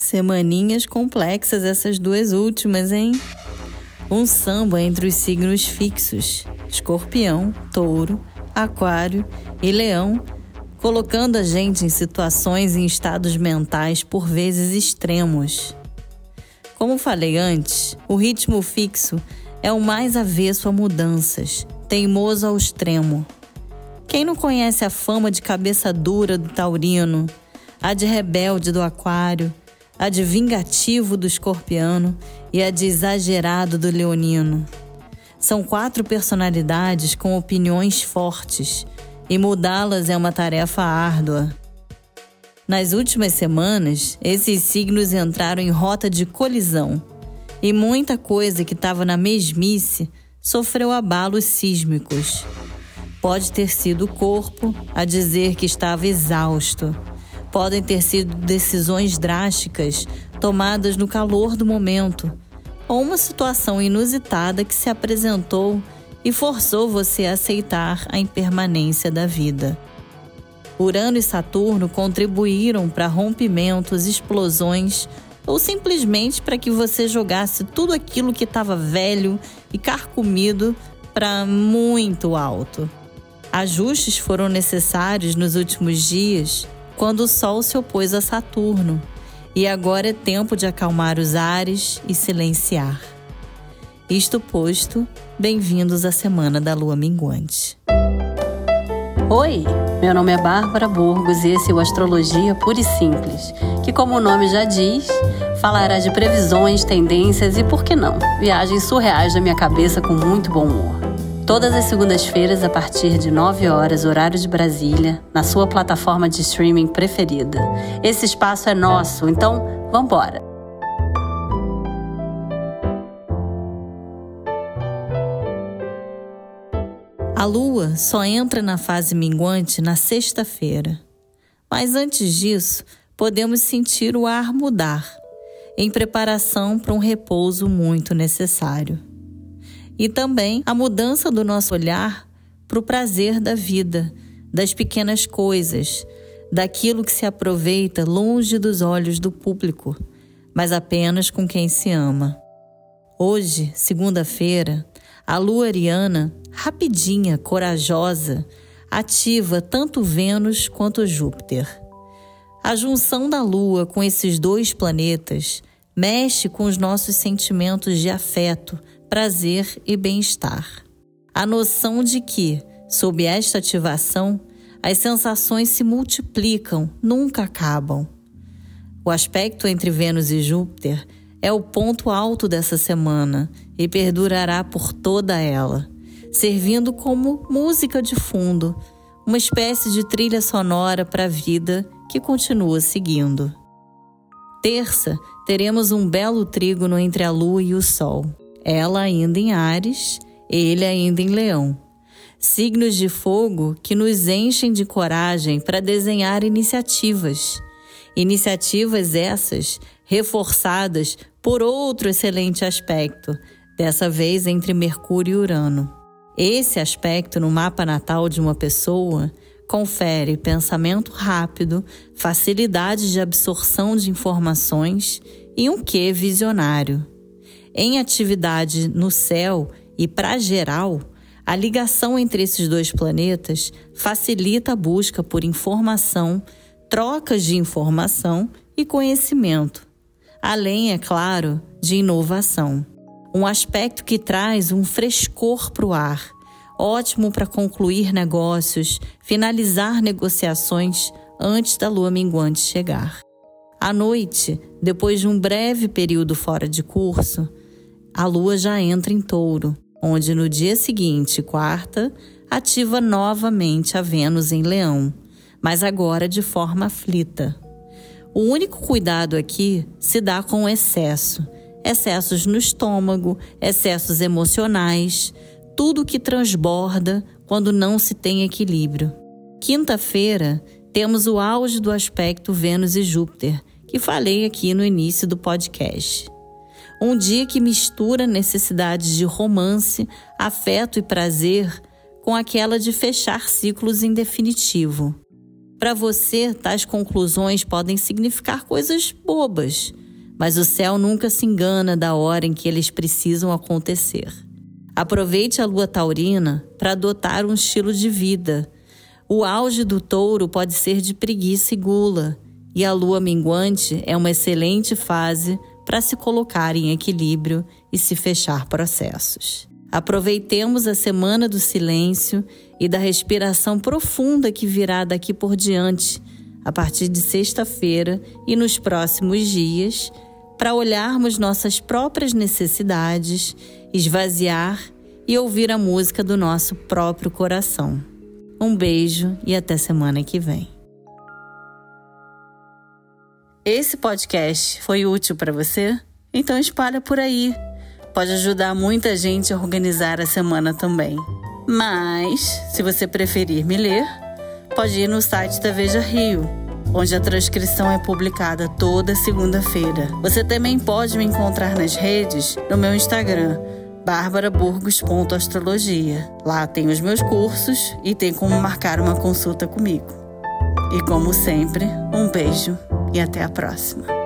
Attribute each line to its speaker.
Speaker 1: Semaninhas complexas essas duas últimas, hein? Um samba entre os signos fixos, Escorpião, Touro, Aquário e Leão, colocando a gente em situações e em estados mentais por vezes extremos. Como falei antes, o ritmo fixo é o mais avesso a mudanças, teimoso ao extremo. Quem não conhece a fama de cabeça dura do taurino, a de rebelde do aquário, a de vingativo do escorpiano e a de exagerado do leonino? São 4 personalidades com opiniões fortes, e mudá-las é uma tarefa árdua. Nas últimas semanas, esses signos entraram em rota de colisão, e muita coisa que estava na mesmice sofreu abalos sísmicos. Pode ter sido o corpo a dizer que estava exausto. Podem ter sido decisões drásticas tomadas no calor do momento, ou uma situação inusitada que se apresentou e forçou você a aceitar a impermanência da vida. Urano e Saturno contribuíram para rompimentos, explosões, ou simplesmente para que você jogasse tudo aquilo que estava velho e carcomido para muito alto. Ajustes foram necessários nos últimos dias, quando o Sol se opôs a Saturno, e agora é tempo de acalmar os ares e silenciar. Isto posto, bem-vindos à Semana da Lua Minguante.
Speaker 2: Oi, meu nome é Bárbara Burgos e esse é o Astrologia Pura e Simples, que, como o nome já diz, falará de previsões, tendências e, por que não, viagens surreais da minha cabeça com muito bom humor. Todas as segundas-feiras, a partir de 9 horas, horário de Brasília, na sua plataforma de streaming preferida. Esse espaço é nosso, então vambora!
Speaker 1: A Lua só entra na fase minguante na sexta-feira. Mas antes disso, podemos sentir o ar mudar, em preparação para um repouso muito necessário. E também a mudança do nosso olhar para o prazer da vida, das pequenas coisas, daquilo que se aproveita longe dos olhos do público, mas apenas com quem se ama. Hoje, segunda-feira, a Lua ariana, rapidinha, corajosa, ativa tanto Vênus quanto Júpiter. A junção da Lua com esses 2 planetas mexe com os nossos sentimentos de afeto, prazer e bem-estar. A noção de que, sob esta ativação, as sensações se multiplicam, nunca acabam. O aspecto entre Vênus e Júpiter é o ponto alto dessa semana e perdurará por toda ela, servindo como música de fundo, uma espécie de trilha sonora para a vida que continua seguindo. Terça, teremos um belo trígono entre a Lua e o Sol. Ela ainda em Áries, ele ainda em Leão. Signos de fogo que nos enchem de coragem para desenhar iniciativas. Iniciativas essas reforçadas por outro excelente aspecto, dessa vez entre Mercúrio e Urano. Esse aspecto no mapa natal de uma pessoa confere pensamento rápido, facilidade de absorção de informações e um quê visionário. Em atividade no céu e para geral, a ligação entre esses 2 planetas facilita a busca por informação, trocas de informação e conhecimento, além, é claro, de inovação. Um aspecto que traz um frescor para o ar, ótimo para concluir negócios, finalizar negociações antes da lua minguante chegar. À noite, depois de um breve período fora de curso, a lua já entra em Touro, onde no dia seguinte, quarta, ativa novamente a Vênus em Leão, mas agora de forma aflita. O único cuidado aqui se dá com o excesso. Excessos no estômago, excessos emocionais, tudo que transborda quando não se tem equilíbrio. Quinta-feira, temos o auge do aspecto Vênus e Júpiter, que falei aqui no início do podcast. Um dia que mistura necessidades de romance, afeto e prazer com aquela de fechar ciclos em definitivo. Para você, tais conclusões podem significar coisas bobas, mas o céu nunca se engana da hora em que eles precisam acontecer. Aproveite a lua taurina para adotar um estilo de vida. O auge do touro pode ser de preguiça e gula, e a lua minguante é uma excelente fase para se colocar em equilíbrio e se fechar processos. Aproveitemos a semana do silêncio e da respiração profunda que virá daqui por diante, a partir de sexta-feira e nos próximos dias, para olharmos nossas próprias necessidades, esvaziar e ouvir a música do nosso próprio coração. Um beijo e até semana que vem. Esse podcast foi útil para você? Então espalha por aí. Pode ajudar muita gente a organizar a semana também. Mas, se você preferir me ler, pode ir no site da Veja Rio, onde a transcrição é publicada toda segunda-feira. Você também pode me encontrar nas redes no meu Instagram, barbaraburgos.astrologia. Lá tem os meus cursos e tem como marcar uma consulta comigo. E como sempre, um beijo e até a próxima.